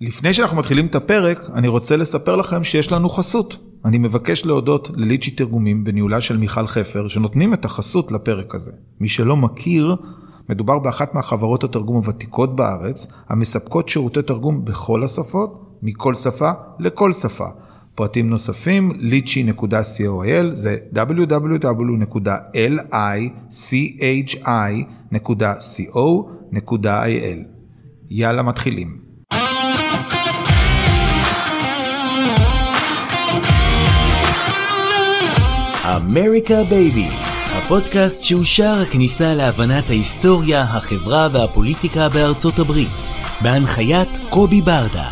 לפני שאנחנו מתחילים את הפרק, אני רוצה לספר לכם שיש לנו חסות. אני מבקש להודות לליצ'י תרגומים בניהולה של מיכל חפר, שנותנים את החסות לפרק הזה. מי שלא מכיר, מדובר באחת מהחברות התרגום הוותיקות בארץ, המספקות שירותי תרגום בכל השפות, מכל שפה לכל שפה. פרטים נוספים, litchi.co.il, זה www.lichi.co.il. יאללה, מתחילים. אמריקה בייבי, הפודקאסט שאושר הכניסה להבנת ההיסטוריה, החברה והפוליטיקה בארצות הברית, בהנחיית קובי ברדה.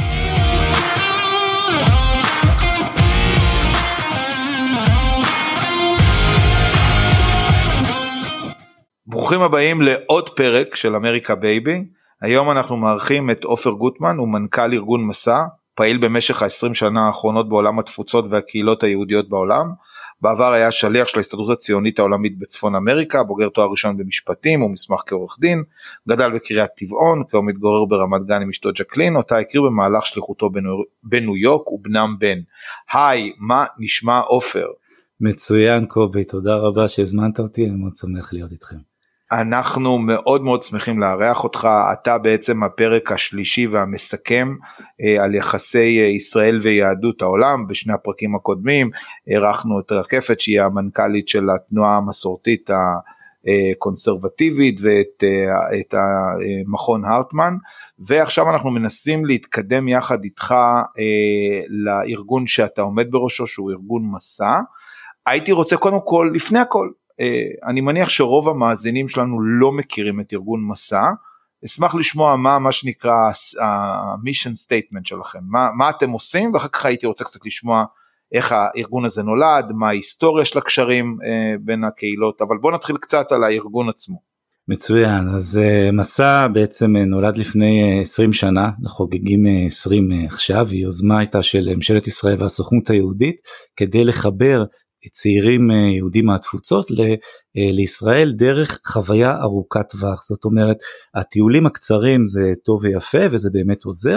ברוכים הבאים לעוד פרק של אמריקה בייבי. היום אנחנו מארחים את עופר גוטמן, הוא מנכ"ל ארגון מסע, פעיל במשך ה-20 שנה האחרונות בעולם התפוצות והקהילות היהודיות בעולם. בעבר היה שליח של ההסתדרות הציונית העולמית בצפון אמריקה, בוגר תואר ראשון במשפטים ומסמך כעורך דין, גדל בקריית טבעון, כיום מתגורר ברמת גן עם אשתו ג'קלין, אותה הכיר במהלך שליחותו בניו יורק ובנם בן. היי, מה נשמע עופר? מצוין קובי, תודה רבה שהזמנת אותי, אני מאוד שמח להיות איתכם. אנחנו מאוד מאוד שמחים לארח אותך, אתה בעצם הפרק השלישי והמסכם על יחסי ישראל ויהדות העולם. בשני הפרקים הקודמים ערכנו את רקפת שהיא המנכ"לית של התנועה המסורתית הקונסרבטיבית ואת המכון הרטמן, ועכשיו אנחנו מנסים להתקדם יחד איתך לארגון שאתה עומד בראשו, שהוא ארגון מסע. הייתי רוצה קודם כל, לפני הכל, אני מניח שרוב המאזינים שלנו לא מכירים את ארגון מסע, אשמח לשמוע מה שנקרא ה-mission statement שלכם, מה אתם עושים, ואחר כך הייתי רוצה קצת לשמוע איך הארגון הזה נולד, מה ההיסטוריה של הקשרים בין הקהילות, אבל בואו נתחיל קצת על הארגון עצמו. מצוין, אז מסע בעצם נולד לפני 20 שנה, לחוגגים 20 עכשיו, היא יוזמה הייתה של ממשלת ישראל והסוכנות היהודית, כדי לחבר צעירים יהודים מהתפוצות לישראל דרך חוויה ארוכת טווח. זאת אומרת, הטיולים הקצרים זה טוב ויפה וזה באמת עוזר.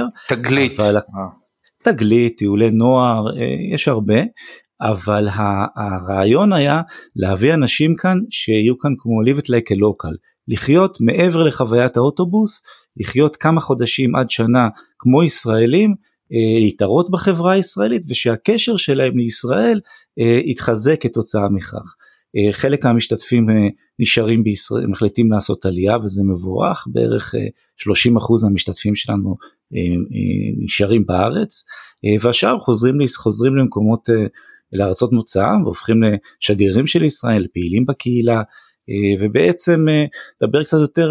תגלית, טיולי נוער, יש הרבה, אבל הרעיון היה להביא אנשים כאן שיהיו כאן כמו live it like a local, לחיות מעבר לחוויית האוטובוס, לחיות כמה חודשים עד שנה כמו ישראלים, להתערות בחברה הישראלית, ושהקשר שלהם לישראל יתחזק כתוצאה מכך. חלק מהמשתתפים נשארים בישראל, מחליטים לעשות עלייה, וזה מבורך, בערך 30% מהמשתתפים שלנו נשארים בארץ, והשאר חוזרים למקומות, לארצות מוצאם, והופכים לשגרירים של ישראל, פעילים בקהילה, ובעצם דבר קצת יותר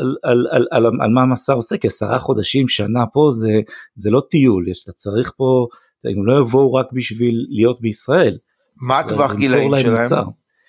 על מה המסע עושה, כ10 חודשים, שנה פה, זה לא טיול, אתה צריך פה, הם לא יבואו רק בשביל להיות בישראל. מה הטווח גילאים שלהם?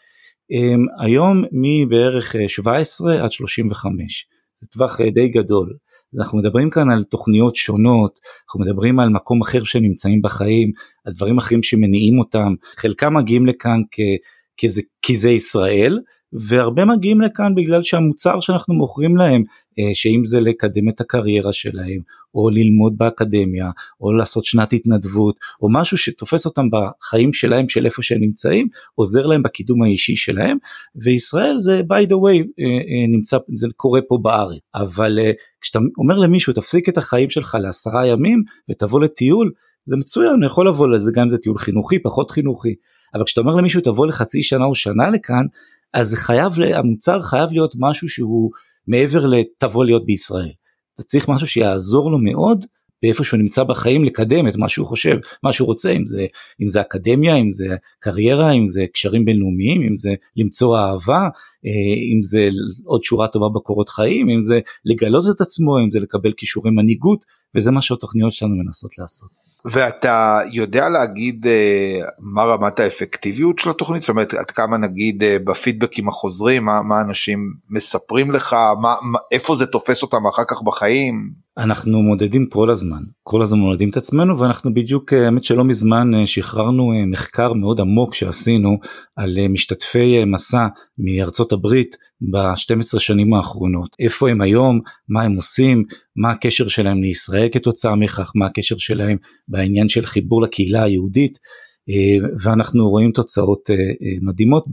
היום מבערך 17 עד 35, זה טווח די גדול. אז אנחנו מדברים כאן על תוכניות שונות, אנחנו מדברים על מקום אחר שנמצאים בחיים, על דברים אחרים שמניעים אותם, חלקם מגיעים לכאן כי זה ישראל, והרבה מגיעים לכאן בגלל שהמוצר שאנחנו מוכרים להם, שאם זה לקדם את הקריירה שלהם, או ללמוד באקדמיה, או לעשות שנת התנדבות, או משהו שתופס אותם בחיים שלהם, של איפה שהם נמצאים, עוזר להם בקידום האישי שלהם, וישראל זה by the way, נמצא, זה קורה פה בארץ, אבל כשאתה אומר למישהו, תפסיק את החיים שלך ל10 ימים, ותבוא לטיול, זה מצוין, אני יכול לבוא לזה, גם זה טיול חינוכי, פחות חינוכי, אבל כשאתה אומר למישהו, תבוא לחצי שנה או שנה לכאן, אז המוצר חייב להיות משהו שהוא מעבר לתבוא להיות בישראל. אתה צריך משהו שיעזור לו מאוד, באיפה שהוא נמצא בחיים, לקדם את מה שהוא חושב, מה שהוא רוצה, אם זה אקדמיה, אם זה קריירה, אם זה קשרים בינלאומיים, אם זה למצוא אהבה, אם זה עוד שורה טובה בקורות חיים, אם זה לגלות את עצמו, אם זה לקבל כישורי מנהיגות, וזה מה שהתוכניות שלנו מנסות לעשות. ואתה יודע להגיד מה רמת האפקטיביות של התוכנית? זאת אומרת, עד כמה נגיד בפידבקים החוזרים, מה אנשים מספרים לך, איפה זה תופס אותם אחר כך בחיים? אנחנו מודדים כל הזמן מודדים את עצמנו, ואנחנו בדיוק, האמת שלא מזמן שחררנו מחקר מאוד עמוק שעשינו על משתתפי מסע מארצות הברית ב-12 שנים האחרונות. איפה הם היום, מה הם עושים, מה הקשר שלהם לישראל כתוצאה מכך, מה הקשר שלהם בעניין של חיבור לקהילה היהודית, ואנחנו רואים תוצאות מדהימות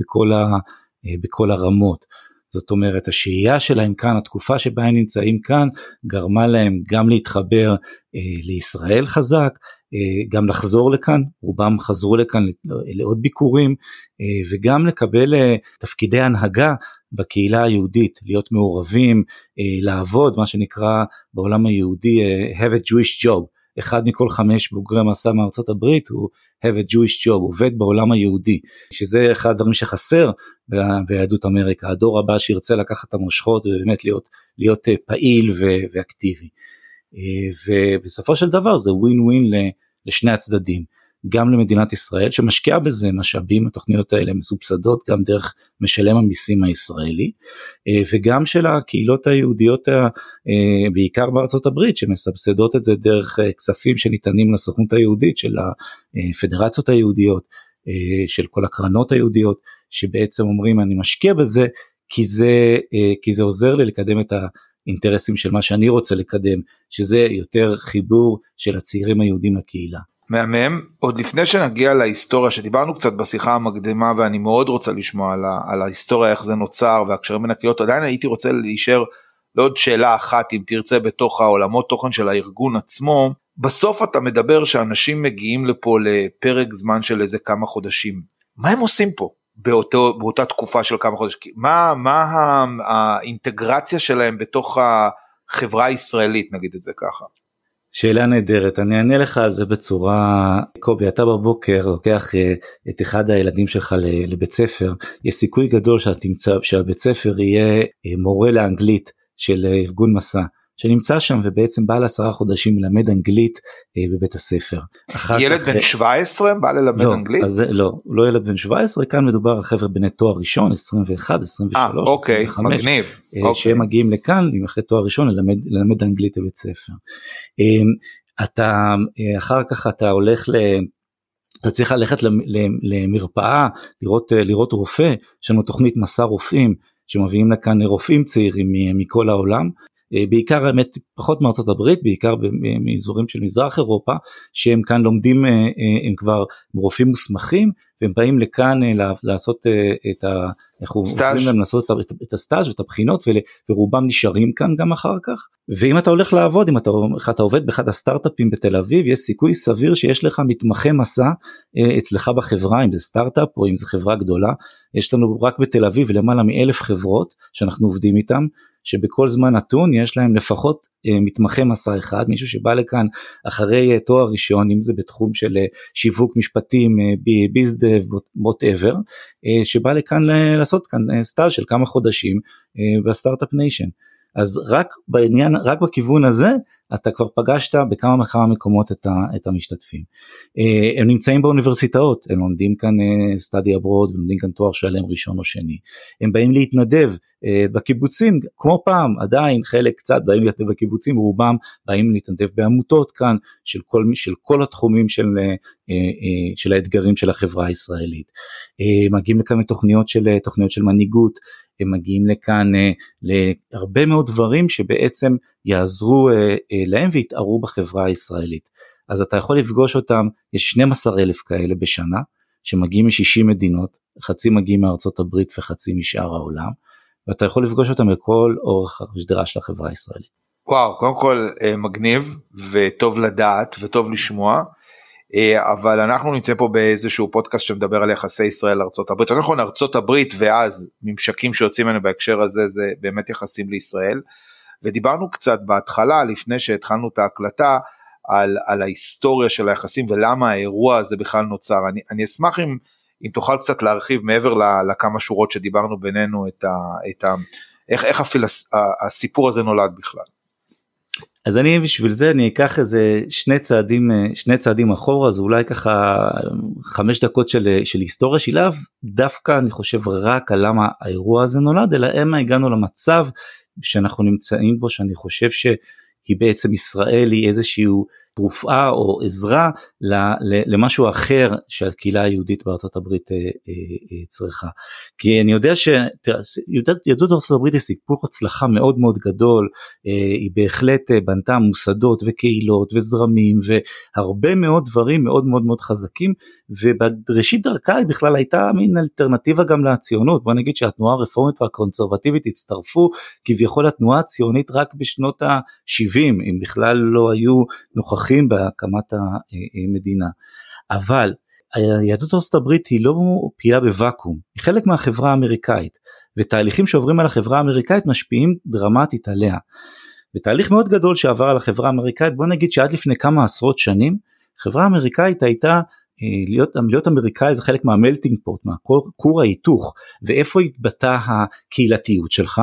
בכל הרמות. זאת אומרת, השהייה שלהם כאן, התקופה שבה הם נמצאים כאן, גרמה להם גם להתחבר לישראל חזק, גם לחזור לכאן, רובם חזרו לכאן לעוד ביקורים, וגם לקבל תפקידי הנהגה בקהילה היהודית, להיות מעורבים, לעבוד, מה שנקרא בעולם היהודי, have a Jewish job. אחד מכל 5 בוגרי מסע מארצות הברית הוא have a Jewish job, עובד בעולם היהודי, שזה אחד הדברים שחסר ביהדות אמריקה, הדור הבא שירצה לקחת את המושכות ובאמת להיות פעיל ואקטיבי. ובסופו של דבר זה ווין ווין לשני הצדדים, גם למדינת ישראל שמשקיעה בזה משאבים, התוכניות האלה מסובסדות גם דרך משלם המיסים הישראלי, וגם של הקהילות היהודיות בעיקר בארצות הברית שמסבסדות את זה דרך כספים שניתנים לסוכנות היהודית של הפדרציות היהודיות, של כל הקרנות היהודיות, שבעצם אומרים אני משקיע בזה כי זה עוזר לי לקדם את האינטרסים של מה שאני רוצה לקדם, שזה יותר חיבור של הצעירים היהודים לקהילה. מהמם. עוד לפני שנגיע להיסטוריה שדיברנו קצת בשיחה המקדימה, ואני מאוד רוצה לשמוע על ההיסטוריה, איך זה נוצר והקשרים בין הקהילות, עדיין הייתי רוצה להישאר לעוד שאלה אחת אם תרצה בתוך העולמות תוכן של הארגון עצמו. בסוף אתה מדבר שאנשים מגיעים לפה לפרק זמן של איזה כמה חודשים, מה הם עושים פה באותה תקופה של כמה חודשים? מה האינטגרציה שלהם בתוך החברה הישראלית, נגיד את זה ככה? שאלה נהדרת, אני אענה לך על זה בצורה, קובי, אתה בבוקר לוקח את אחד הילדים שלך לבית ספר, יש סיכוי גדול שהבית ספר יהיה מורה לאנגלית של ארגון מסע, שנמצא שם ובעצם בא ל10 חודשים ללמד אנגלית בבית הספר. ילד בן 17 בא ללמד אנגלית? לא ילד בן 17, כאן מדובר על חבר'ה בני תואר ראשון, 21, 23, אוקיי, 25, מגניב. שהם מגיעים לכאן, עם אחרי תואר ראשון, ללמד אנגלית בבית ספר. אחר כך אתה הולך אתה צריך ללכת למרפאה, לראות רופא, יש לנו תוכנית מסע רופאים, שמביאים לכאן רופאים צעירים מכל העולם, בעיקר האמת פחות מארצות הברית, בעיקר מאזורים של מזרח אירופה, שהם כאן לומדים, הם כבר רופאים מוסמכים, והם באים לכאן לעשות את הסטאז' ואת הבחינות, ורובם נשארים כאן גם אחר כך. ואם אתה הולך לעבוד, אם אתה עובד באחד הסטארט-אפים בתל אביב, יש סיכוי סביר שיש לך מתמחה מסע אצלך בחברה, אם זה סטארט-אפ או אם זה חברה גדולה. יש לנו רק בתל אביב למעלה מ1,000 חברות שאנחנו עובדים איתם, שבכל זמן נתון יש להם לפחות מתמחה מסע אחד, מישהו שבא לכאן אחרי תואר ראשון, אם זה בתחום של שיווק משפטים, ביזדב, whatever, שבא לכאן לעשות כאן סטאז' של כמה חודשים בסטארט-אפ ניישן. אז רק בכיוון הזה, אתה כבר פגשת בכמה מקומות את המשתתפים. הם נמצאים באוניברסיטאות, הם לומדים כאן סטאדי אברוד, ולומדים כאן תואר שלם ראשון או שני. הם באים להתנדב בקיבוצים, כמו פעם, עדיין חלק קצת באים להתנדב בקיבוצים, רובם באים להתנדב בעמותות כאן, של כל התחומים של האתגרים של החברה הישראלית. מגיעים לכאן לתוכניות של מנהיגות, הם מגיעים לכאן להרבה מאוד דברים שבעצם יעזרו להם ויתארו בחברה הישראלית. אז אתה יכול לפגוש אותם, יש 12,000 כאלה בשנה, שמגיעים מ60 מדינות, חצי מגיעים מארצות הברית וחצי משאר העולם, ואתה יכול לפגוש אותם בכל אורך השדרה של החברה הישראלית. וואו, קודם כל מגניב וטוב לדעת וטוב לשמוע, אבל אנחנו נמצאים פה באיזשהו פודקאסט שמדבר על יחסי ישראל ארצות הברית, נכון, ארצות הברית ואז ממשקים שיוצאים ממנו בהקשר הזה, זה באמת יחסים לישראל, ודיברנו קצת בהתחלה, לפני שהתחלנו את ההקלטה, על ההיסטוריה של היחסים, ולמה האירוע הזה בכלל נוצר. אני אשמח אם תוכל קצת להרחיב, מעבר לכמה שורות שדיברנו בינינו, איך הסיפור הזה נולד בכלל. אז בשביל זה אני אקח איזה שני צעדים אחורה, אז אולי ככה 5 דקות של היסטוריה שילב, דווקא אני חושב רק על למה האירוע הזה נולד, אלא מה הגענו למצב שאנחנו נמצאים בו, שאני חושב היא בעצם ישראל היא איזשהו תרופה או עזרה למשהו אחר שהקהילה היהודית בארצות הברית צריכה. כי אני יודע שיהדות ארצות הברית היא סיפור הצלחה מאוד מאוד גדול, היא בהחלט בנתה מוסדות וקהילות וזרמים והרבה מאוד דברים מאוד מאוד מאוד חזקים, ובראשית דרכה היא בכלל הייתה מין אלטרנטיבה גם לציונות. בוא נגיד שהתנועה הרפורמית והקונסרבטיבית הצטרפו כביכול התנועה הציונית רק בשנות ה-70, אם בכלל לא היו נוכחים בהקמת המדינה. אבל יהדות ארצות הברית היא לא פעילה בוואקום, היא חלק מהחברה האמריקאית, ותהליכים שעוברים על החברה האמריקאית משפיעים דרמטית עליה. ותהליך מאוד גדול שעבר על החברה האמריקאית, בוא נגיד שעד לפני כמה עשרות שנים, החברה האמריקאית הייתה, להיות אמריקאי זה חלק מהמלטינג פוט, מהכור ההיתוך, ואיפה התבטא הקהילתיות שלך?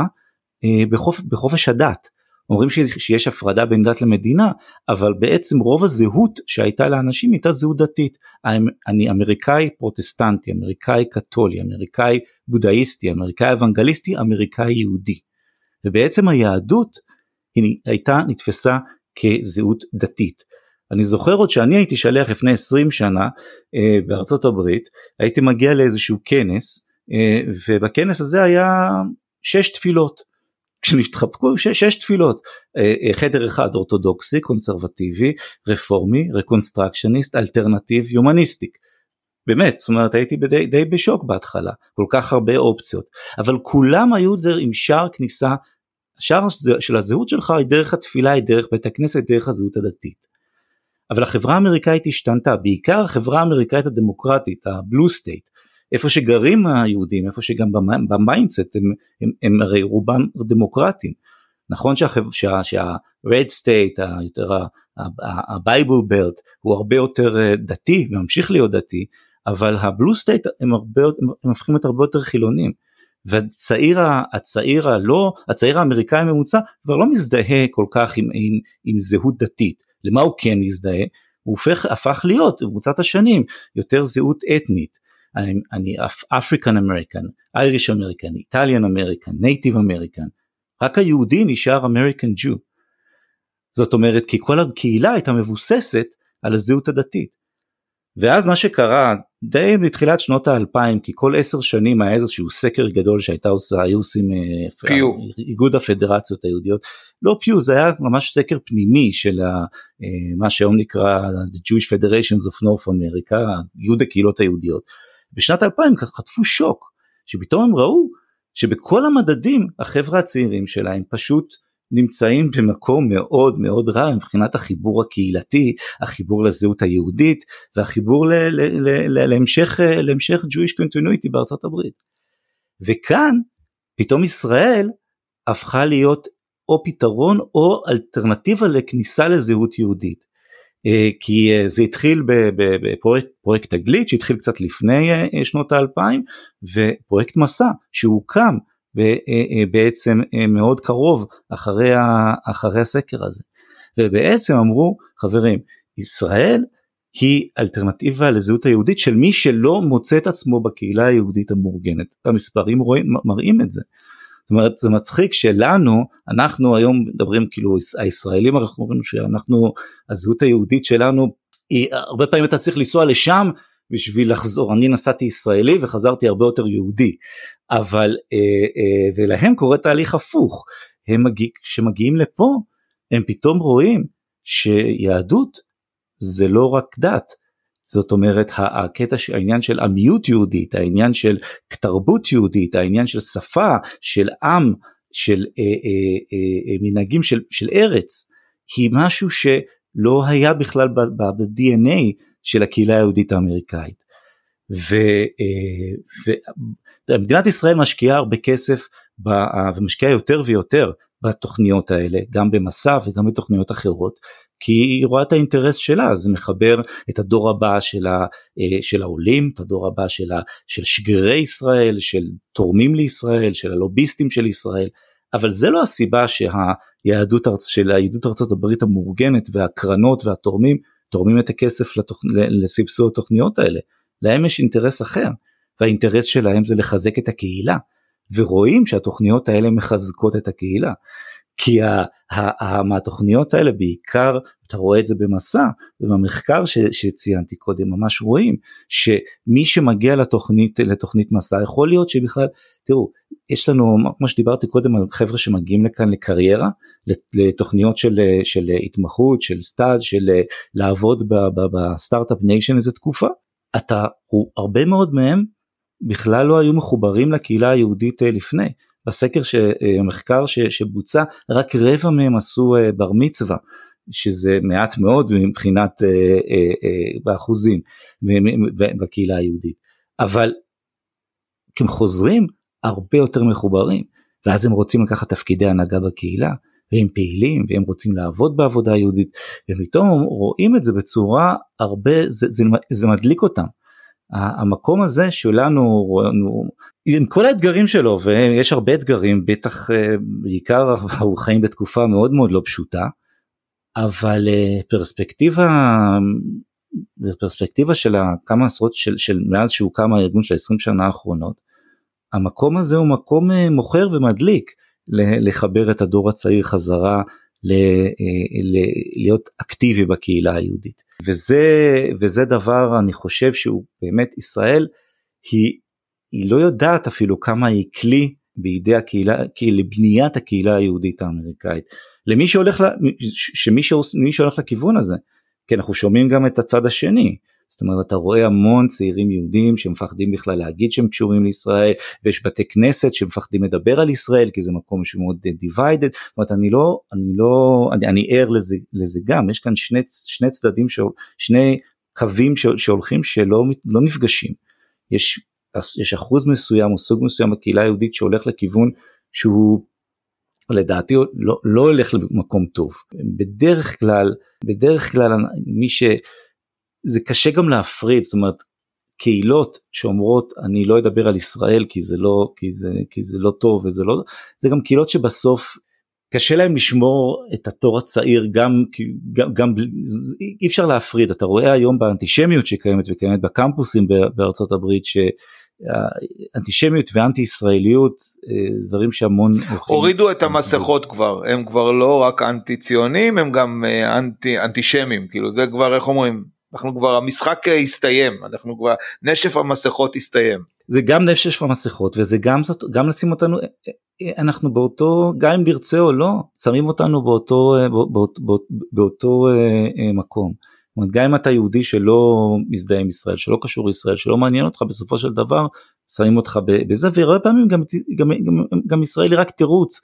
בחופש הדת. אומרים שיש הפרדה בין דת למדינה, אבל בעצם רוב הזהות שהייתה לאנשים הייתה זהות דתית. אני אמריקאי פרוטסטנטי, אמריקאי קתולי, אמריקאי בודהיסטי, אמריקאי אוונגליסטי, אמריקאי יהודי. ובעצם היהדות הייתה נתפסה כזהות דתית. אני זוכר עוד שאני הייתי שלח לפני 20 שנה בארצות הברית, הייתי מגיע לאיזשהו כנס, ובכנס הזה היה 6 תפילות. כשנתחבקו 6 תפילות, חדר אחד אורתודוקסי, קונסרבטיבי, רפורמי, רקונסטרקשניסט, אלטרנטיב, יומניסטיק. באמת, זאת אומרת, הייתי די בשוק בהתחלה, כל כך הרבה אופציות, אבל כולם היו עם שער כניסה, השער של הזהות שלך היא דרך התפילה, היא דרך בית הכנסת, דרך הזהות הדתית. אבל החברה האמריקאית השתנתה, בעיקר החברה האמריקאית הדמוקרטית, הבלו סטייט, איפה שגרים היהודים, איפה שגם במיינדסט הם הרי רובם דמוקרטים. נכון שה-Red State, ה-Bible Belt הוא הרבה יותר דתי וממשיך להיות דתי, אבל ה-Blue State הם הופכים את הרבה יותר חילונים. והצעיר האמריקאי הממוצע כבר לא מזדהה כל כך עם זהות דתית. למה הוא כן מזדהה? הוא הפך להיות במרוצת השנים יותר זהות אתנית. אני אפריקן אמריקן, אייריש אמריקן, איטליאן אמריקן, נייטיב אמריקן, רק היהודי נשאר אמריקן ג'ו. זאת אומרת, כי כל הקהילה הייתה מבוססת על הזהות הדתית. ואז מה שקרה, די בתחילת שנות ה-2000, כי כל 10 שנים היה איזשהו סקר גדול היו עושים איגוד הפדרציות היהודיות, לא פיו, זה היה ממש סקר פנימי של מה שהיום נקרא The Jewish Federations of North America, איגוד הקהילות היהודיות. בשנת 2000 חטפו שוק, שפתאום הם ראו שבכל המדדים החבר'ה הצעירים שלהם פשוט נמצאים במקום מאוד מאוד רע מבחינת החיבור הקהילתי, החיבור לזהות היהודית והחיבור להמשך Jewish Continuity בארצות הברית. וכאן פתאום ישראל הפכה להיות או פתרון או אלטרנטיבה לכניסה לזהות יהודית. כי זה התחיל בפרויקט תגלית שהתחיל קצת לפני שנות ה-2000, ופרויקט מסע שהוקם בעצם מאוד קרוב אחרי הסקר הזה. ובעצם אמרו, חברים, ישראל היא אלטרנטיבה לזהות היהודית של מי שלא מוצא את עצמו בקהילה היהודית המאורגנת. המספרים מראים את זה. זאת אומרת, זה מצחיק שלנו, אנחנו היום מדברים כאילו הישראלים, אנחנו אומרים שאנחנו, הזהות היהודית שלנו, הרבה פעמים אתה צריך לנסוע לשם בשביל לחזור. אני נסעתי ישראלי וחזרתי הרבה יותר יהודי, אבל ולהם קורה תהליך הפוך. כשמגיעים לפה, הם פתאום רואים שיהדות זה לא רק דת, זאת אומרת העניין של עמיות יהודית, העניין של תרבות יהודית, העניין של שפה, של עם, של מנהגים של ארץ, היא משהו שלא היה בכלל ב-DNA של הקהילה היהודית האמריקאית. ומדינת ישראל משקיעה הרבה כסף, ומשקיעה יותר ויותר בתוכניות האלה, גם במסע וגם בתוכניות אחרות, כי היא רואה את האינטרס שלה, זה מחבר את הדור הבא של העולים, את הדור הבא של שגרירי ישראל, של תורמים לישראל, של הלוביסטים של ישראל, אבל זה לא הסיבה שהיהדות ארצות הברית המאורגנת והקרנות והתורמים, תורמים את הכסף לסבסוד התוכניות האלה, להם יש אינטרס אחר, והאינטרס שלהם זה לחזק את הקהילה, ורואים שהתוכניות האלה מחזקות את הקהילה, כי מהתוכניות האלה בעיקר, אתה רואה את זה במסע, ובמחקר שציינתי קודם, ממש רואים, שמי שמגיע לתוכנית מסע, יכול להיות שבכלל, תראו, יש לנו, כמו שדיברתי קודם, על חבר'ה שמגיעים לכאן לקריירה, לתוכניות של התמחות, של סטאז', של לעבוד בסטארט-אפ ניישן איזה תקופה, הרבה מאוד מהם, בכלל לא היו מחוברים לקהילה היהודית לפני, בסקר המחקר שבוצע, רק רבע מהם עשו בר מצווה, שזה מעט מאוד מבחינת באחוזים בקהילה היהודית, אבל הם חוזרים הרבה יותר מחוברים, ואז הם רוצים לקחת תפקידי הנהגה בקהילה, והם פעילים, והם רוצים לעבוד בעבודה היהודית, ופתאום רואים את זה בצורה הרבה, זה מדליק אותם, המקום הזה שלנו, עם כל האתגרים שלו, ויש הרבה אתגרים, בטח בעיקר אנחנו חיים בתקופה מאוד מאוד לא פשוטה, אבל פרספקטיבה של כמה עשרות, של מאז שהוקם הארגון של 20 שנה האחרונות, המקום הזה הוא מקום מוכר ומדליק, לחבר את הדור הצעיר חזרה, להיות אקטיבי בקהילה היהודית. וזה דבר, אני חושב שהוא באמת, ישראל, היא לא יודעת אפילו כמה היא כלי בידי הקהילה, לבניית הקהילה היהודית האמריקאית. למי שהולך לכיוון הזה, כי אנחנו שומעים גם את הצד השני, זאת אומרת, אתה רואה המון צעירים יהודים שמפחדים בכלל להגיד שהם קשורים לישראל, ויש בתי כנסת שמפחדים לדבר על ישראל, כי זה מקום שמאוד divided, זאת אומרת, אני ער לזה גם, יש כאן שני צדדים, שני קווים שהולכים שלא נפגשים, יש אחוז מסוים, או סוג מסוים בקהילה היהודית שהולך לכיוון שהוא, לדעתי לא הולך למקום טוב, בדרך כלל זה קשה גם להפריד, זאת אומרת, קהילות שאומרות, אני לא אדבר על ישראל, כי זה לא טוב, זה גם קהילות שבסוף, קשה להם לשמור את התור הצעיר, גם אי אפשר להפריד, אתה רואה היום באנטישמיות שקיימת, וקיימת בקמפוסים בארצות הברית, אנטישמיות ואנטי ישראליות, דברים שהמון הורידו את המסכות כבר, הם כבר לא רק אנטי ציונים, הם גם אנטישמים, כאילו זה כבר, איך אומרים, אנחנו כבר, המשחק הסתיים, אנחנו כבר, נשף המסכות הסתיים. זה גם נשף המסכות, וזה גם לשים אותנו, אנחנו באותו, גם אם נרצה או לא, שמים אותנו באותו מקום. זאת אומרת, גם אם אתה יהודי שלא מזדהה עם ישראל, שלא קשור לישראל, שלא מעניין אותך, בסופו של דבר, שמים אותך בזה, והרבה פעמים גם ישראל היא רק תירוץ,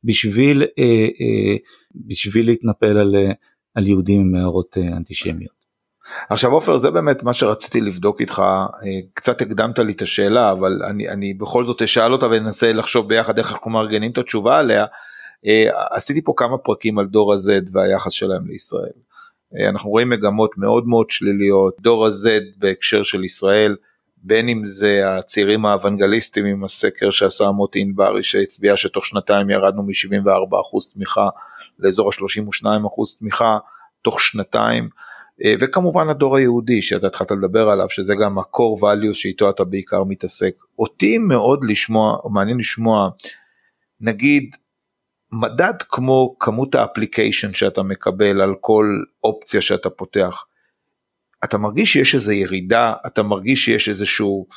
בשביל להתנפל על יהודים עם מערות אנטישמיות. עכשיו עופר, זה באמת מה שרציתי לבדוק איתך, קצת הקדמת לי את השאלה, אבל אני בכל זאת אשאל אותה וננסה לחשוב ביחד איך אנחנו מארגנים את התשובה עליה. עשיתי פה כמה פרקים על דור ה-Z והיחס שלהם לישראל. אנחנו רואים מגמות מאוד מאוד שליליות, דור ה-Z בהקשר של ישראל, בין אם זה הצעירים האוונגליסטים עם הסקר שעשה מוטי ענברי, שהצביע שתוך שנתיים ירדנו מ-74% תמיכה לאזור ה-32% תמיכה תוך שנתיים, וכמובן הדור היהודי שאתה התחלת לדבר עליו, שזה גם ה-core values שאיתו אתה בעיקר מתעסק. אותי מאוד מעניין לשמוע, נגיד, מדד כמו כמות האפליקיישן שאתה מקבל על כל אופציה שאתה פותח, אתה מרגיש שיש איזו ירידה, אתה מרגיש שיש איזשהו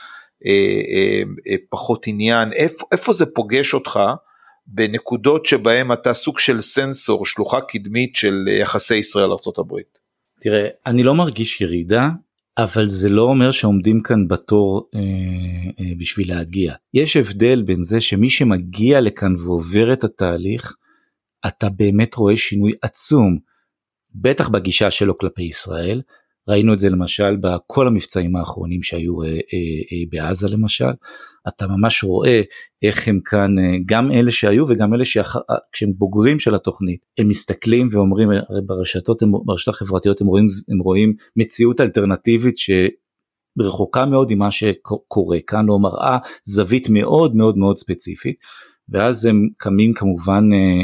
פחות עניין, איפה זה פוגש אותך, בנקודות שבהם אתה סוג של סנסור, שלוחה קדמית של יחסי ישראל ארצות הברית? תראה, אני לא מרגיש ירידה, אבל זה לא אומר שעומדים כאן בתור בשביל להגיע. יש הבדל בין זה שמי שמגיע לכאן ועובר את התהליך, אתה באמת רואה שינוי עצום, בטח בגישה שלו כלפי ישראל, ראינו את זה למשל בכל המבצעים האחרונים שהיו בעזה למשל, אתה ממש רואה איך הם כאן, גם אלה שהיו וגם אלה כשהם בוגרים של התוכנית, הם מסתכלים ואומרים, ברשתות החברתיות הם רואים מציאות אלטרנטיבית שרחוקה מאוד עם מה שקורה כאן, לא מראה זווית מאוד מאוד מאוד ספציפית, ואז הם קמים כמובן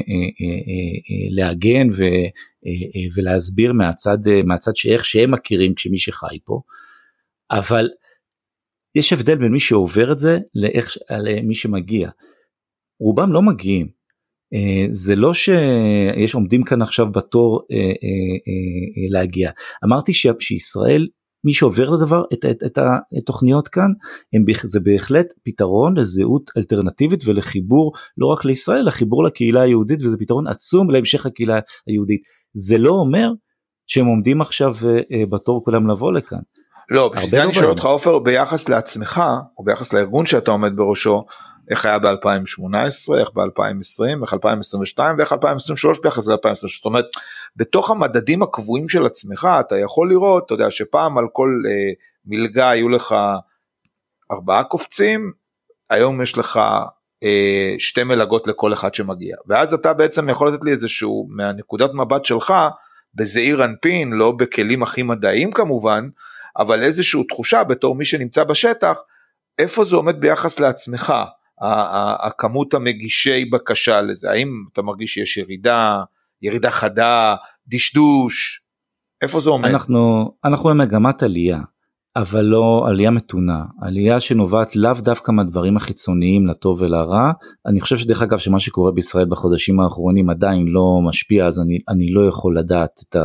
להגן ולהסביר מהצד שאיך שהם מכירים כשמי שחי פה, אבל יש הבדל בין מי שעובר את זה למי שמגיע. רובם לא מגיעים, זה לא שיש עומדים כאן עכשיו בתור להגיע, אמרתי שישראל, מי שעובר לדבר, את התוכניות כאן, זה בהחלט פתרון לזהות אלטרנטיבית ולחיבור לא רק לישראל, אלא חיבור לקהילה היהודית, וזה פתרון עצום להמשך הקהילה היהודית. זה לא אומר שהם עומדים עכשיו בתור כולם לבוא לכאן. לא, בשביל זה אני שואל אותך עופר, ביחס לעצמך, או ביחס לארגון שאתה עומד בראשו, איך היה ב-2018, איך ב-2020, איך 2022, ואיך 2023 ביחס ל-2023, זאת אומרת, בתוך המדדים הקבועים של עצמך, אתה יכול לראות, אתה יודע, שפעם על כל מלגה היו לך 4 קופצים, היום יש לך 2 מלגות לכל אחד שמגיע, ואז אתה בעצם יכול לתת לי איזשהו, מהנקודת מבט שלך, בזעיר אנפין, לא בכלים הכי מדעיים כמובן, אבל איזשהו תחושה בתור מי שנמצא בשטח, איפה זה עומד ביחס לעצמך, הכמות המגישי בקשה לזה, האם אתה מרגיש שיש ירידה חדה, דשדוש, איפה זה עומד? אנחנו במגמת עלייה, אבל לא עלייה מתונה, עלייה שנובעת לאו דווקא מהדברים החיצוניים לטוב ולרע. אני חושב שדרך אגב שמה שקורה בישראל בחודשים האחרונים עדיין לא משפיע, אז אני לא יכול לדעת את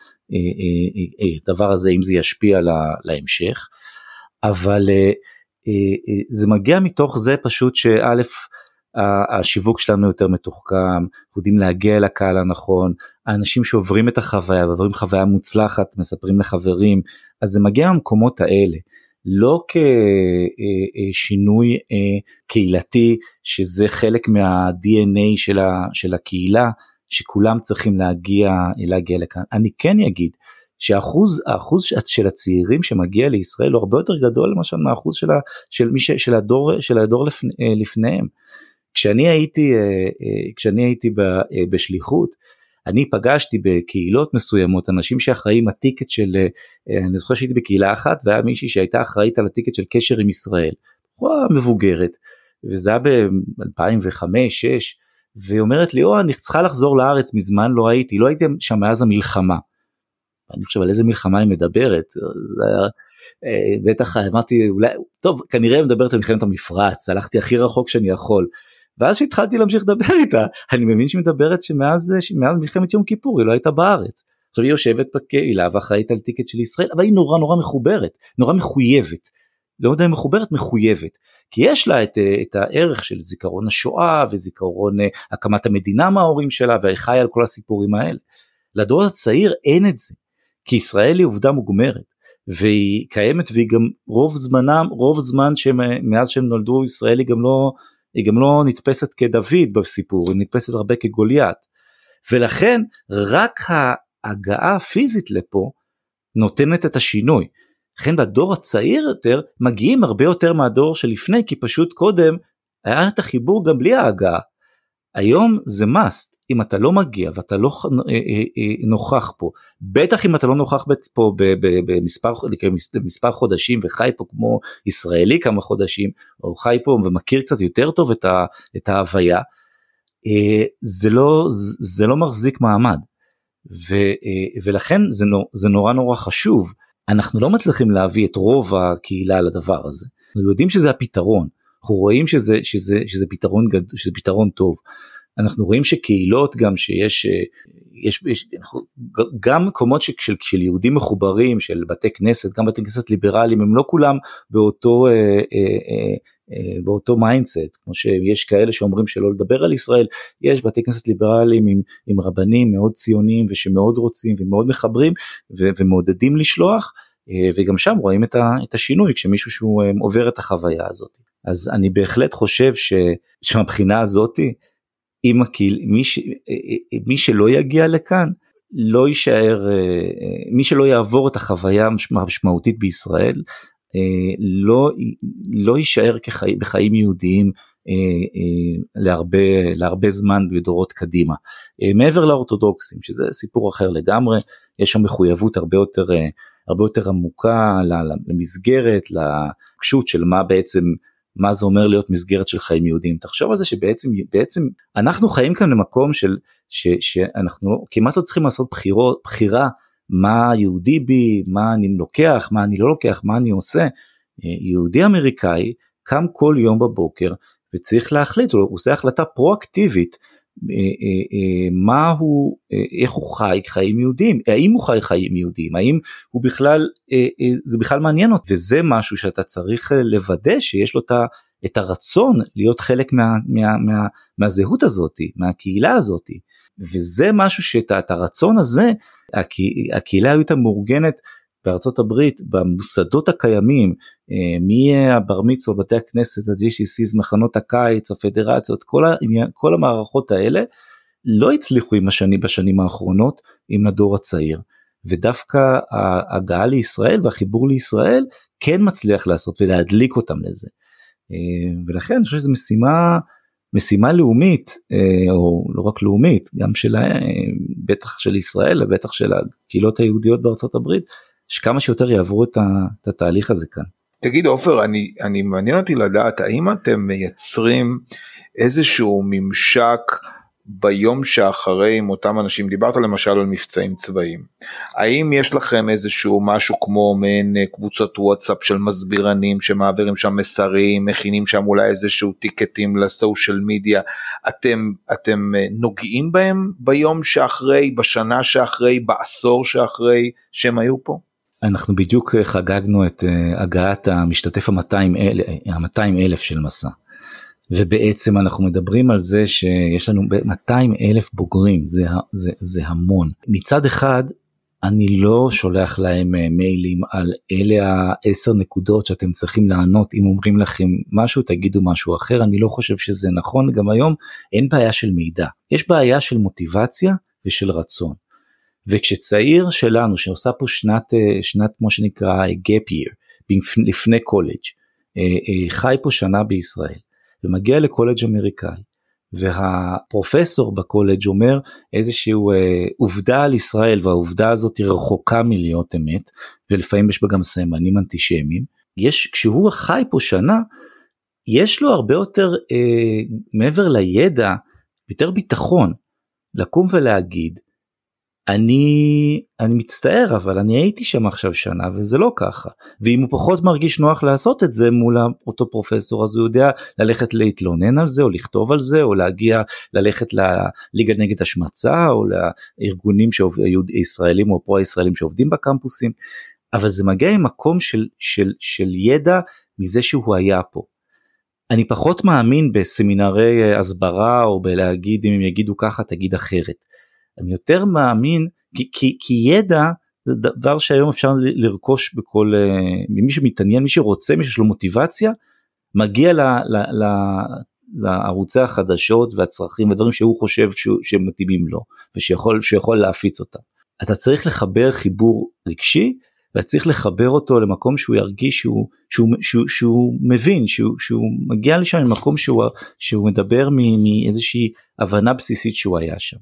הדבר הזה אם זה ישפיע להמשך, אבל זה מגיע מתוך זה פשוט שא' השיווק שלנו יותר מתוחכם, אנחנו יודעים להגיע אל הקהל הנכון, האנשים שעוברים את החוויה, ועוברים חוויה מוצלחת, מספרים לחברים, אז זה מגיע מהמקומות האלה, לא כשינוי קהילתי, שזה חלק מה-DNA של הקהילה, שכולם צריכים להגיע לכאן. אני כן אגיד, שהאחוז של הצעירים שמגיע לישראל, הוא הרבה יותר גדול למשל מהאחוז של הדור לפניהם. כשאני הייתי בשליחות, אני פגשתי בקהילות מסוימות, אנשים שאחראים הטיקט של, אני זוכר שהייתי בקהילה אחת, והיה מישהי שהייתה אחראית על הטיקט של קשר עם ישראל, בחורה מבוגרת, וזה היה ב-2005-2006, והיא אומרת לי, אני צריכה לחזור לארץ מזמן, לא הייתי שם מאז המלחמה, אני חושב על איזה מלחמה היא מדברת, בטח אמרתי, טוב, כנראה מדברת על מלחמת המפרץ, הלכתי הכי רחוק שאני יכול, ואז שהתחלתי להמשיך לדבר איתה, אני מבין שהיא מדברת שמאז מלחמת יום כיפור, היא לא הייתה בארץ, עכשיו היא יושבת בקהילה, ואחראית על טיקט של ישראל, אבל היא נורא מחוברת, נורא מחויבת, לא יודע אם מחויבת, כי יש לה את הערך של זיכרון השואה, וזיכרון הקמת המדינה מההורים שלה, והיא חיה על כל הסיפורים האלה, לדור הצעיר אין את זה, כי ישראל היא עובדה מוגמרת, והיא קיימת, והיא גם רוב זמן שמאז שהם נולדו, ישראל היא גם לא נתפסת כדוד בסיפור, היא נתפסת הרבה כגוליית, ולכן רק ההגעה הפיזית לפה, נותנת את השינוי, לכן בדור הצעיר יותר, מגיעים הרבה יותר מהדור שלפני, כי פשוט קודם, היה את החיבור גם בלי ההגעה, היום זה must, אם אתה לא מגיע, ואתה לא נוכח פה, בטח אם אתה לא נוכח פה במספר חודשים, וחי פה כמו ישראלי כמה חודשים, או חי פה ומכיר קצת יותר טוב את ההוויה, זה לא מחזיק מעמד, ולכן זה נורא חשוב, אנחנו לא מצליחים להביא את רוב הקהילה לדבר הזה, אנחנו יודעים שזה הפתרון, אנחנו רואים שזה פתרון טוב, אנחנו רואים שקהילות גם שיש גם מקומות של יהודים מחוברים, של בתי כנסת, גם בתי כנסת ליברליים, הם לא כולם באותו מיינדסט, כמו שיש כאלה שאומרים שלא לדבר על ישראל, יש בתי כנסת ליברליים עם רבנים מאוד ציוניים, ושמאוד רוצים ומאוד מחברים, ומעודדים לשלוח, וגם שם רואים את השינוי, כשמישהו שהוא עובר את החוויה הזאת. אז אני בהחלט חושב שמבחינה הזאת, מי שלא יגיע לכאן, לא יישאר, מי שלא יעבור את החוויה המשמעותית בישראל, לא יישאר בחיים יהודיים להרבה זמן בדורות קדימה. מעבר לאורתודוקסים, שזה סיפור אחר לגמרי, יש שם מחויבות הרבה יותר עמוקה למסגרת, לקשות של מה זה אומר להיות מסגרת של חיים יהודיים. תחשוב על זה שבעצם אנחנו חיים כאן למקום שאנחנו כמעט לא צריכים לעשות בחירה, מה יהודי בי, מה אני לוקח, מה אני לא לוקח, מה אני עושה. יהודי אמריקאי קם כל יום בבוקר, וצריך להחליט, הוא עושה החלטה פרואקטיבית, מה הוא, איך הוא חי חיים יהודיים, האם הוא חי חיים יהודיים, האם הוא בכלל, זה בכלל מעניין אותו, וזה משהו שאתה צריך לוודא שיש לו את הרצון להיות חלק מהזהות הזאת, מהקהילה הזאת, וזה משהו שאת הרצון הזה, הקהילה היהודית המאורגנת בארצות הברית, במוסדות הקיימים, מהבר מצוות, בתי הכנסת, ה-JCCs, מחנות הקיץ, הפדרציות, כל המערכות האלה, לא הצליחו בשנים האחרונות עם הדור הצעיר, ודווקא ההגעה לישראל והחיבור לישראל, כן מצליח לעשות ולהדליק אותם לזה, ולכן אני חושב שזו משימה לאומית, או לא רק לאומית, גם בטח של ישראל, בטח של הקהילות היהודיות בארצות הברית, שכמה שיותר יעברו את התהליך הזה כאן. תגיד עופר, אני מעניין אותי לדעת, האם אתם מייצרים איזשהו ממשק ביום שאחרי עם אותם אנשים, דיברת למשל על מבצעים צבאיים, האם יש לכם איזשהו משהו כמו מעין קבוצות וואטסאפ של מסבירנים שמעבירים שם מסרים, מכינים שם אולי איזשהו טיקטים לסושיאל מדיה, אתם נוגעים בהם ביום שאחרי, בשנה שאחרי, בעשור שאחרי שהם היו פה? אנחנו בדיוק חגגנו את הגעת המשתתף ה-200,000 של מסע, ובעצם אנחנו מדברים על זה שיש לנו 200,000 בוגרים, זה המון. מצד אחד, אני לא שולח להם מיילים על אלה 10 נקודות שאתם צריכים לענות, אם אומרים לכם משהו תגידו משהו אחר, אני לא חושב שזה נכון, גם היום אין בעיה של מידע, יש בעיה של מוטיבציה ושל רצון. וכשצעיר שלנו שעושה פה שנת כמו שנקרא gap year, לפני קולג', חי פה שנה בישראל, ומגיע לקולג' אמריקאי, והפרופסור בקולג' אומר איזשהו עובדה על ישראל, והעובדה הזאת היא רחוקה מלהיות אמת, ולפעמים יש בה גם סממנים אנטישמיים, כשהוא חי פה שנה, יש לו הרבה יותר, מעבר לידע, יותר ביטחון, לקום ולהגיד, אני מצטער, אבל אני הייתי שם עכשיו שנה, וזה לא ככה, ואם הוא פחות מרגיש נוח לעשות את זה מול אותו פרופסור, אז הוא יודע ללכת להתלונן על זה, או לכתוב על זה, או ללכת לליגה נגד השמצה, או לארגונים ישראלים או פרו-ישראלים שעובדים בקמפוסים, אבל זה מגיע עם מקום של ידע מזה שהוא היה פה. אני פחות מאמין בסמינרי הסברה, או בלהגיד, אם הם יגידו ככה, תגיד אחרת. אני יותר מאמין, כי ידע זה דבר שהיום אפשר לרכוש בכל, מי שמתעניין, מי שרוצה, מי שיש לו מוטיבציה, מגיע לערוצי החדשות והצרכים, ודברים שהוא חושב שהם מתאימים לו, ושיכול להפיץ אותם. אתה צריך לחבר חיבור רגשי, ואתה צריך לחבר אותו למקום שהוא ירגיש שהוא מבין, שהוא מגיע לשם למקום שהוא מדבר מאיזושהי הבנה בסיסית שהוא היה שם.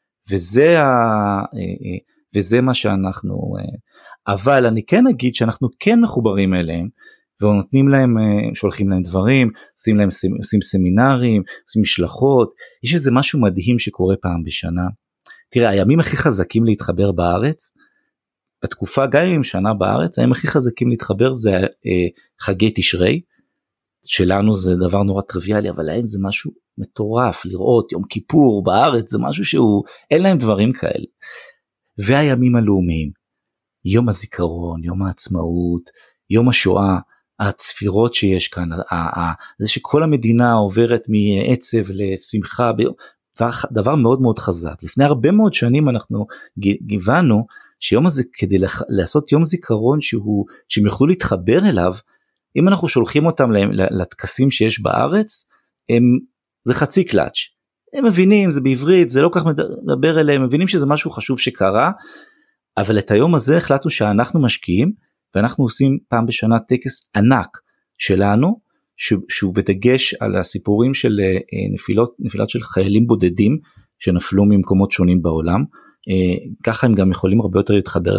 וזה מה שאנחנו, אבל אני כן אגיד שאנחנו כן מחוברים אליהם, ונותנים להם, שולחים להם דברים, עושים סמינרים, עושים משלחות, יש איזה משהו מדהים שקורה פעם בשנה. תראה, הימים הכי חזקים להתחבר בארץ, בתקופה גם עם שנה בארץ, הימים הכי חזקים להתחבר זה חגי תשרי, שלנו זה דבר נורא טריוויאלי, אבל להם זה משהו מטורף, לראות יום כיפור בארץ, זה משהו שהוא, אין להם דברים כאלה. והימים הלאומיים, יום הזיכרון, יום העצמאות, יום השואה, הצפירות שיש כאן, זה שכל המדינה עוברת מעצב לשמחה, דבר מאוד מאוד חזק. לפני הרבה מאוד שנים אנחנו גיוונו, שיום הזה כדי לעשות יום זיכרון שהם יוכלו להתחבר אליו, אם אנחנו שולחים אותם לתקסים שיש בארץ, זה חצי קלאץ'. הם מבינים, זה בעברית, זה לא כך מדבר אליהם, הם מבינים שזה משהו חשוב שקרה, אבל את היום הזה החלטנו שאנחנו משקיעים, ואנחנו עושים פעם בשנה טקס ענק שלנו, שהוא בדגש על הסיפורים של נפילות של חיילים בודדים, שנפלו ממקומות שונים בעולם, ככה הם גם יכולים הרבה יותר להתחבר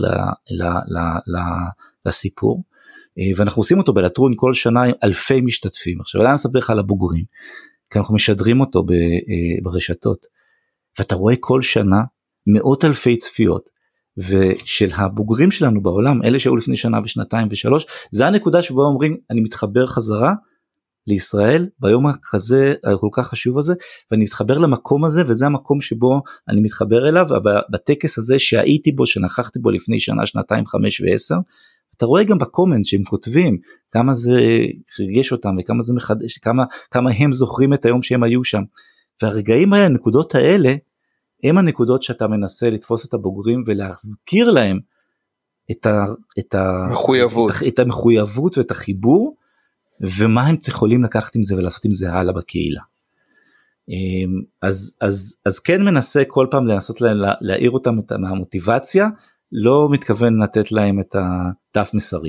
לסיפור, ואנחנו עושים אותו בלטרון כל שנה עם אלפי משתתפים. עכשיו אני אספר לך על הבוגרים, כי אנחנו משדרים אותו ברשתות, ואתה רואה כל שנה מאות אלפי צפיות, ושל הבוגרים שלנו בעולם, אלה שהיו לפני שנה ושנתיים ושלוש, זה הנקודה שבה אומרים, אני מתחבר חזרה, לישראל ביום כזה כל כך חשוב הזה, ואני מתחבר למקום הזה, וזה המקום שבו אני מתחבר אליו, בטקס הזה שהייתי בו, שנכחתי בו לפני שנה, שנתיים, 5 ו10, אתה רואה גם בקומנט שהם כותבים, כמה זה רגש אותם, וכמה זה מחדש, כמה הם זוכרים את היום שהם היו שם, והרגעים האלה, הנקודות האלה, הם הנקודות שאתה מנסה לתפוס את הבוגרים, ולהזכיר להם את המחויבות ואת החיבור, ומה הם יכולים לקחת עם זה ולעשות עם זה הלאה בקהילה. אז כן מנסה כל פעם לנסות להעיר אותם מהמוטיבציה, לא מתכוון לתת להם את הדף מסרים.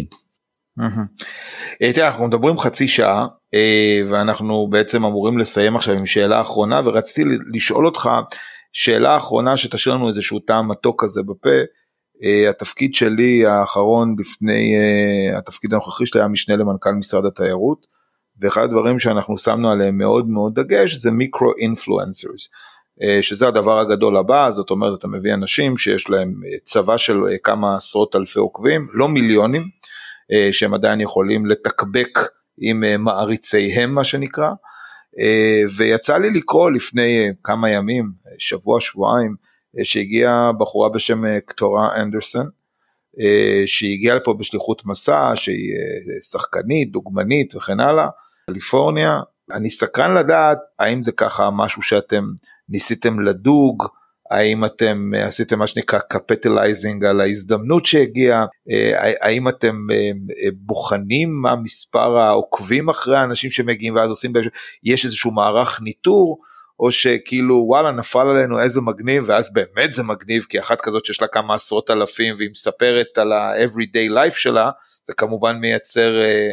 אנחנו מדברים חצי שעה, ואנחנו בעצם אמורים לסיים עכשיו עם שאלה האחרונה, ורציתי לשאול אותך שאלה האחרונה שתשאיר לנו איזשהו טעם מתוק כזה בפה. התפקיד שלי האחרון לפני התפקיד הנוכחי שלי היה משנה למנכ"ל משרד התיירות, ואחד הדברים שאנחנו שמנו עליהם מאוד מאוד דגש זה מיקרו אינפלואנסרס, שזה הדבר הגדול הבא. זאת אומרת, אתה מביא אנשים שיש להם צבא של כמה עשרות אלפי עוקבים, לא מיליונים, שהם עדיין יכולים לתקבק עם מעריציהם מה שנקרא, ויצא לי לקרוא לפני כמה ימים, שבוע, שבועיים, שהגיעה בחורה בשם קטורה אנדרסון, שהגיעה לפה בשליחות מסע, שהיא שחקנית, דוגמנית וכן הלאה, קליפורניה. אני סקרן לדעת, האם זה ככה משהו שאתם ניסיתם לדוג, האם אתם עשיתם מה שנקרא קפיטלייזינג על ההזדמנות שהגיעה, האם אתם בוחנים מה מספר העוקבים אחרי האנשים שמגיעים, ואז עושים, יש איזשהו מערך ניטור, או שכאילו וואלה נפל עלינו איזה מגניב, ואז באמת זה מגניב, כי אחת כזאת שיש לה כמה עשרות אלפים, והיא מספרת על ה-everyday life שלה, זה כמובן מייצר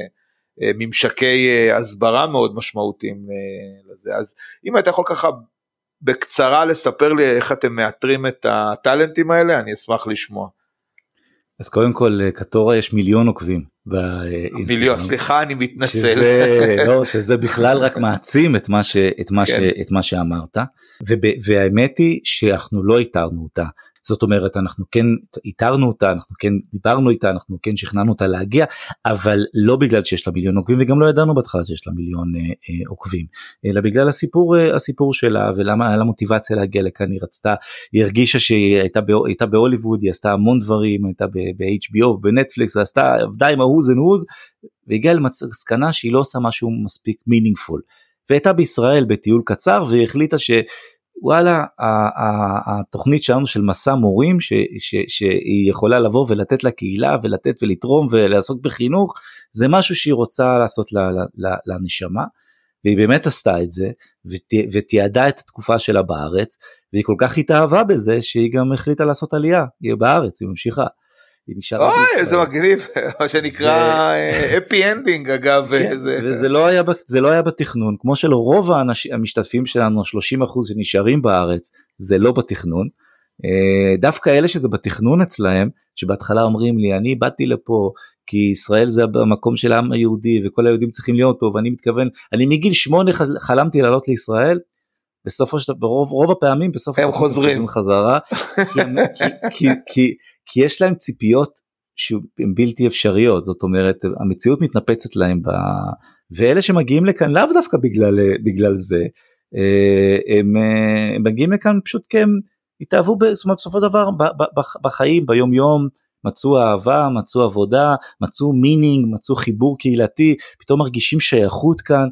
ממשקי הסברה מאוד משמעותיים לזה. אז אם אתה יכול ככה בקצרה לספר לי איך אתם מאתרים את הטלנטים האלה, אני אשמח לשמוע. אז קודם כל, קטורה יש 1,000,000 עוקבים. מיליון, סליחה, אני מתנצל. שזה בכלל רק מעצים את מה שאמרת, והאמת היא שאנחנו לא איתרנו אותה, זאת אומרת אנחנו כן איתרנו אותה, אנחנו כן דיברנו איתה, אנחנו כן שכנענו אותה להגיע, אבל לא בגלל שיש לה 1,000,000 עוקבים, וגם לא ידענו בהתחלה שיש לה 1,000,000 עוקבים, אלא בגלל הסיפור שלה, ולמה היה לה מוטיבציה להגיע לכאן. היא הרגישה שהיא הייתה בהוליווד, היא עשתה המון דברים, הייתה ב-HBO, בנטפליקס, עבדה עם ההוז והוז, והגיעה למסקנה שהיא לא עושה משהו מספיק meaningful, והייתה בישראל בטיול קצר, והיא החליטה וואלה, התוכנית שלנו של מסע מורים, שהיא יכולה לבוא ולתת לקהילה, ולתת ולתרום ולעסוק בחינוך, זה משהו שהיא רוצה לעשות לנשמה, והיא באמת עשתה את זה, ותיעדה את התקופה שלה בארץ, והיא כל כך התאהבה בזה, שהיא גם החליטה לעשות עלייה, היא בארץ, היא ממשיכה. אוי, איזה מגניב, מה שנקרא happy ending אגב. וזה לא היה בתכנון, כמו שלרוב המשתתפים שלנו, 30% שנשארים בארץ, זה לא בתכנון, דווקא אלה שזה בתכנון אצלהם, שבהתחלה אומרים לי, אני באתי לפה, כי ישראל זה המקום של העם היהודי, וכל היהודים צריכים להיות פה, ואני מתכוון, אני מגיל 8 חלמתי לעלות לישראל, בסופו של דבר, רוב הפעמים, בסוף הם חוזרים חזרה, כי יש להם ציפיות שהן בלתי אפשריות, זאת אומרת, המציאות מתנפצת להם, ואלה שמגיעים לכאן, לאו דווקא בגלל זה, הם מגיעים לכאן פשוט כי הם התאהבו בסופו דבר בחיים, ביום יום, מצאו אהבה, מצאו עבודה, מצאו מינינג, מצאו חיבור קהילתי, פתאום מרגישים שייכות כאן,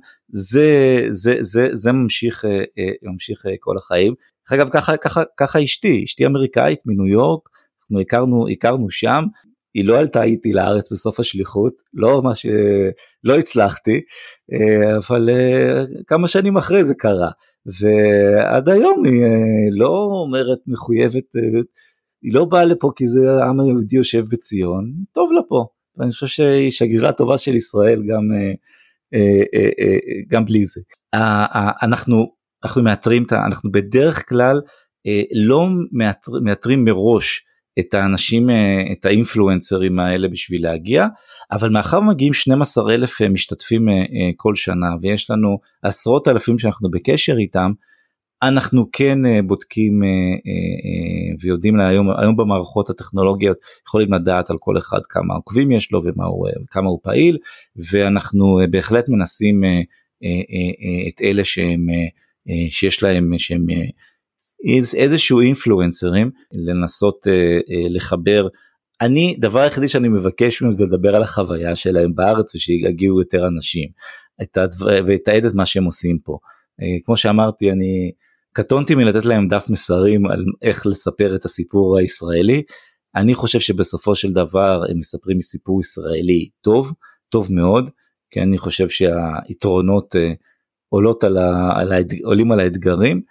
זה ממשיך כל החיים. אגב, ככה אשתי אמריקאית מניו יורק, אנחנו הכרנו שם, היא לא עלתה איתי לארץ בסוף השליחות, לא הצלחתי, אבל כמה שנים אחרי זה קרה, ועד היום היא לא אומרת מחויבת, היא לא באה לפה כי זה העם היהודי יושב בציון, טוב לה פה, ואני חושב שהיא שגרירה טובה של ישראל גם בלי זה. אנחנו מאתרים, אנחנו בדרך כלל לא מאתרים מראש את האנשים, את האינפלואנסרים האלה בשביל להגיע, אבל מאחר מגיעים 12,000 משתתפים כל שנה, ויש לנו עשרות אלפים שאנחנו בקשר איתם, אנחנו כן בודקים ויודעים היום במערכות הטכנולוגיות יכולים לדעת על כל אחד כמה עוקבים יש לו וכמה הוא פעיל, ואנחנו בהחלט מנסים את אלה שיש להם שהם איזשהו אינפלואנסרים לנסות לחבר. דבר היחידי שאני מבקש מהם זה לדבר על החוויה שלהם בארץ ושיגיעו יותר אנשים ויתעד את מה שהם עושים פה. כמו שאמרתי, אני קטונתי מלתת להם דף מסרים על איך לספר את הסיפור הישראלי. אני חושב שבסופו של דבר הם מספרים סיפור ישראלי טוב מאוד, כי אני חושב שהיתרונות עולים על האתגרים,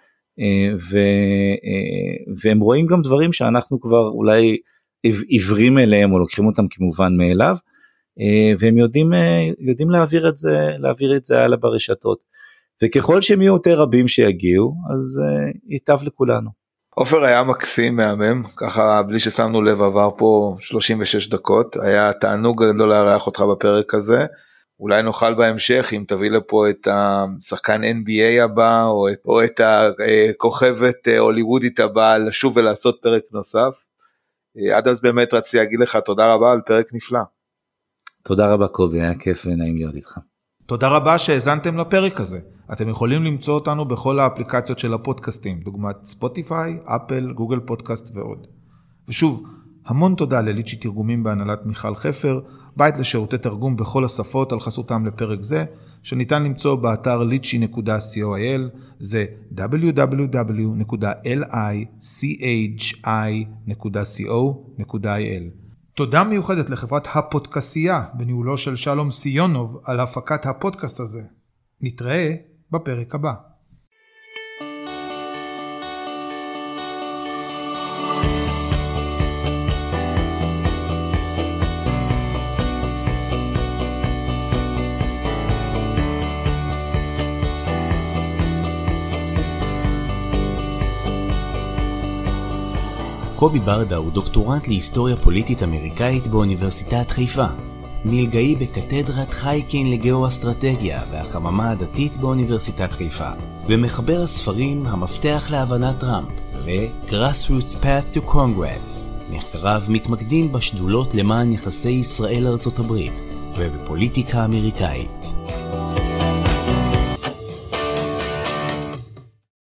והם רואים גם דברים שאנחנו כבר אולי עיוורים אליהם או לוקחים אותם כמובן מאליו, והם יודעים להעביר את זה הלאה ברשתות, וככל שהם יהיו יותר רבים שיגיעו אז ייטב לכולנו. עופר, היה מקסים, מהמם, ככה בלי ששמנו לב עבר פה 36 דקות, היה תענוג גדול לארח אותך בפרק הזה. אולי נוכל בהמשך אם תביא לפה את השחקן NBA הבא או את הכוכבת הוליוודית הבאה לשוב ולעשות פרק נוסף. עד אז באמת רציתי להגיד לך תודה רבה על פרק נפלא. תודה רבה קובי, היה כיף ונעים להיות איתך. תודה רבה שהאזנתם לפרק הזה. אתם יכולים למצוא אותנו בכל האפליקציות של הפודקאסטים, דוגמת ספוטיפיי, אפל, גוגל פודקאסט ועוד. ושוב, המון תודה לליצ'י תרגומים בהנהלת מיכל חפר, בית לשירותי תרגום בכל השפות על חסותם לפרק זה, שניתן למצוא באתר litchi.co.il, זה www.lichi.co.il. תודה מיוחדת לחברת הפודקאסייה בניהולו של שלום סיונוב על הפקת הפודקאסט הזה. נתראה בפרק הבא. קובי ברדה הוא דוקטורנט להיסטוריה פוליטית אמריקאית באוניברסיטת חיפה, מלגאי בקתדרת חייקין לגאו-אסטרטגיה והחממה הדתית באוניברסיטת חיפה, ומחבר הספרים המפתח להבנת טראמפ ו-Grassroots Path to Congress. מחקריו מתמקדים בשדולות למען יחסי ישראל ארצות הברית ובפוליטיקה אמריקאית.